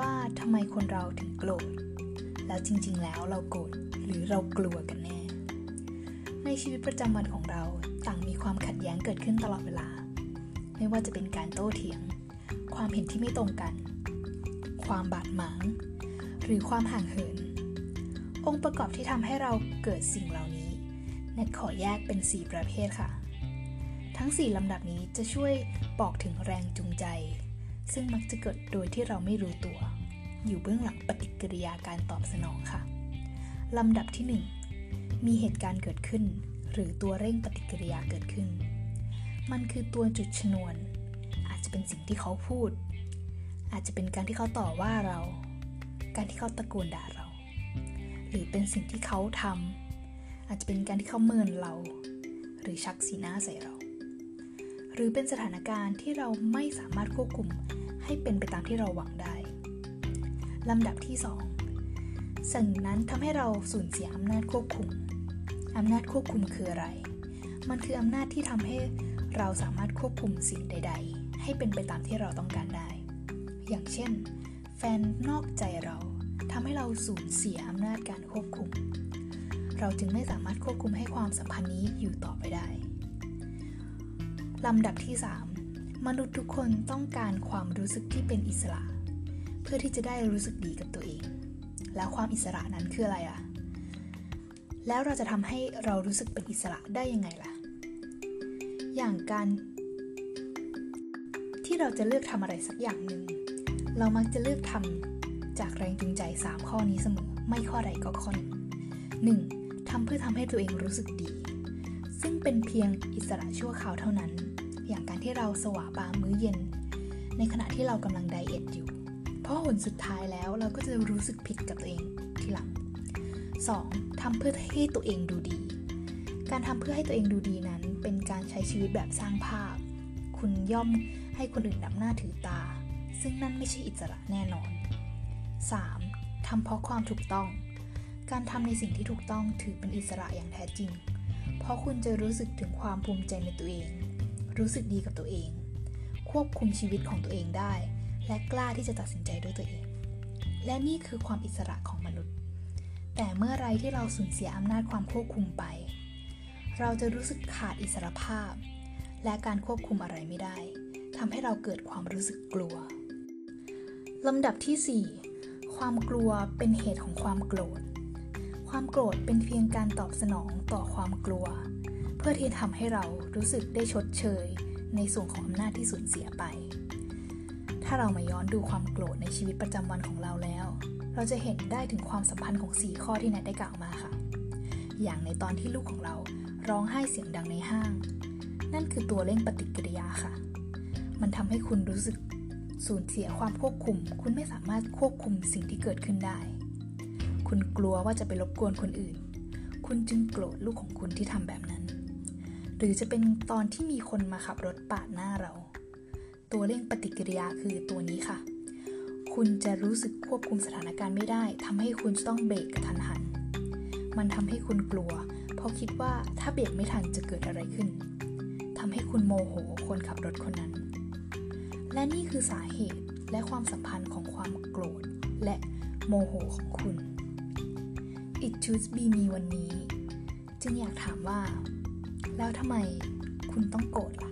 ว่าทำไมคนเราถึงโกรธแล้วจริงๆแล้วเราโกรธหรือเรากลัวกันแน่ในชีวิตประจำวันของเราต่างมีความขัดแย้งเกิดขึ้นตลอดเวลาไม่ว่าจะเป็นการโต้เถียงความเห็นที่ไม่ตรงกันความบาดหมางหรือความห่างเหินองค์ประกอบที่ทำให้เราเกิดสิ่งเหล่านี้แนทขอแยกเป็น4ประเภทค่ะทั้ง4ลำดับนี้จะช่วยบอกถึงแรงจูงใจซึ่งมักจะเกิดโดยที่เราไม่รู้ตัวอยู่เบื้องหลังปฏิกิริยาการตอบสนองค่ะลำดับที่1มีเหตุการณ์เกิดขึ้นหรือตัวเร่งปฏิกิริยาเกิดขึ้นมันคือตัวจุดชนวนอาจจะเป็นสิ่งที่เขาพูดอาจจะเป็นการที่เขาต่อว่าเราการที่เขาตะโกนด่าเราหรือเป็นสิ่งที่เขาทำอาจจะเป็นการที่เขาเมินเราหรือชักสีหน้าใส่เราหรือเป็นสถานการณ์ที่เราไม่สามารถควบคุมให้เป็นไปตามที่เราหวังได้ลำดับที่2สิ่งนั้นทำให้เราสูญเสียอำนาจควบคุมอำนาจควบคุมคืออะไรมันคืออำนาจที่ทำให้เราสามารถควบคุมสิ่งใดๆให้เป็นไปตามที่เราต้องการได้อย่างเช่นแฟนนอกใจเราทำให้เราสูญเสียอำนาจการควบคุมเราจึงไม่สามารถควบคุมให้ความสัมพันธ์นี้อยู่ต่อไปได้ลำดับที่3มนุษย์ทุกคนต้องการความรู้สึกที่เป็นอิสระเพื่อที่จะได้รู้สึกดีกับตัวเองแล้วความอิสระนั้นคืออะไรล่ะแล้วเราจะทำให้เรารู้สึกเป็นอิสระได้ยังไงล่ะอย่างการที่เราจะเลือกทำอะไรสักอย่างหนึ่งเรามักจะเลือกทำจากแรงจูงใจ3ข้อนี้เสมอไม่ข้อใดก็ข้อ1ทำเพื่อทำให้ตัวเองรู้สึกดีซึ่งเป็นเพียงอิสระชั่วคราวเท่านั้นอย่างการที่เราสวาปามมื้อเย็นในขณะที่เรากำลังไดเอทอยู่เพราะผลสุดท้ายแล้วเราก็จะรู้สึกผิดกับตัวเองทีหลัง2ทำเพื่อให้ตัวเองดูดีการทำเพื่อให้ตัวเองดูดีนั้นเป็นการใช้ชีวิตแบบสร้างภาพคุณย่อมให้คนอื่นนับหน้าถือตาซึ่งนั่นไม่ใช่อิสระแน่นอน3ทำเพราะความถูกต้องการทำในสิ่งที่ถูกต้องถือเป็นอิสระอย่างแท้จริงเพราะคุณจะรู้สึกถึงความภูมิใจในตัวเองรู้สึกดีกับตัวเองควบคุมชีวิตของตัวเองได้และกล้าที่จะตัดสินใจด้วยตัวเองและนี่คือความอิสระของมนุษย์แต่เมื่อไรที่เราสูญเสียอำนาจความควบคุมไปเราจะรู้สึกขาดอิสรภาพและการควบคุมอะไรไม่ได้ทำให้เราเกิดความรู้สึกกลัวลำดับที่4ความกลัวเป็นเหตุของความโกรธความโกรธเป็นเพียงการตอบสนองต่อความกลัวเพื่อที่จะทำให้เรารู้สึกได้ชดเชยในส่วนของอำนาจที่สูญเสียไปถ้าเรามาย้อนดูความโกรธในชีวิตประจำวันของเราแล้วเราจะเห็นได้ถึงความสัมพันธ์ของ4ข้อที่แนทได้กล่าวมาค่ะอย่างในตอนที่ลูกของเราร้องไห้เสียงดังในห้างนั่นคือตัวเร่งปฏิกิริยาค่ะมันทำให้คุณรู้สึกสูญเสียความควบคุมคุณไม่สามารถควบคุมสิ่งที่เกิดขึ้นได้คุณกลัวว่าจะไปรบกวนคนอื่นคุณจึงโกรธลูกของคุณที่ทำแบบนั้นหรือจะเป็นตอนที่มีคนมาขับรถปาดหน้าเราตัวเร่งปฏิกิริยาคือตัวนี้ค่ะคุณจะรู้สึกควบคุมสถานการณ์ไม่ได้ทำให้คุณต้องเบรกกระทันหันมันทำให้คุณกลัวเพราะคิดว่าถ้าเบรกไม่ทันจะเกิดอะไรขึ้นทำให้คุณโมโหคนขับรถคนนั้นและนี่คือสาเหตุและความสัมพันธ์ของความโกรธและโมโหของคุณ It Should Be Me วันนี้จึงอยากถามว่าแล้วทำไมคุณต้องโกรธล่ะ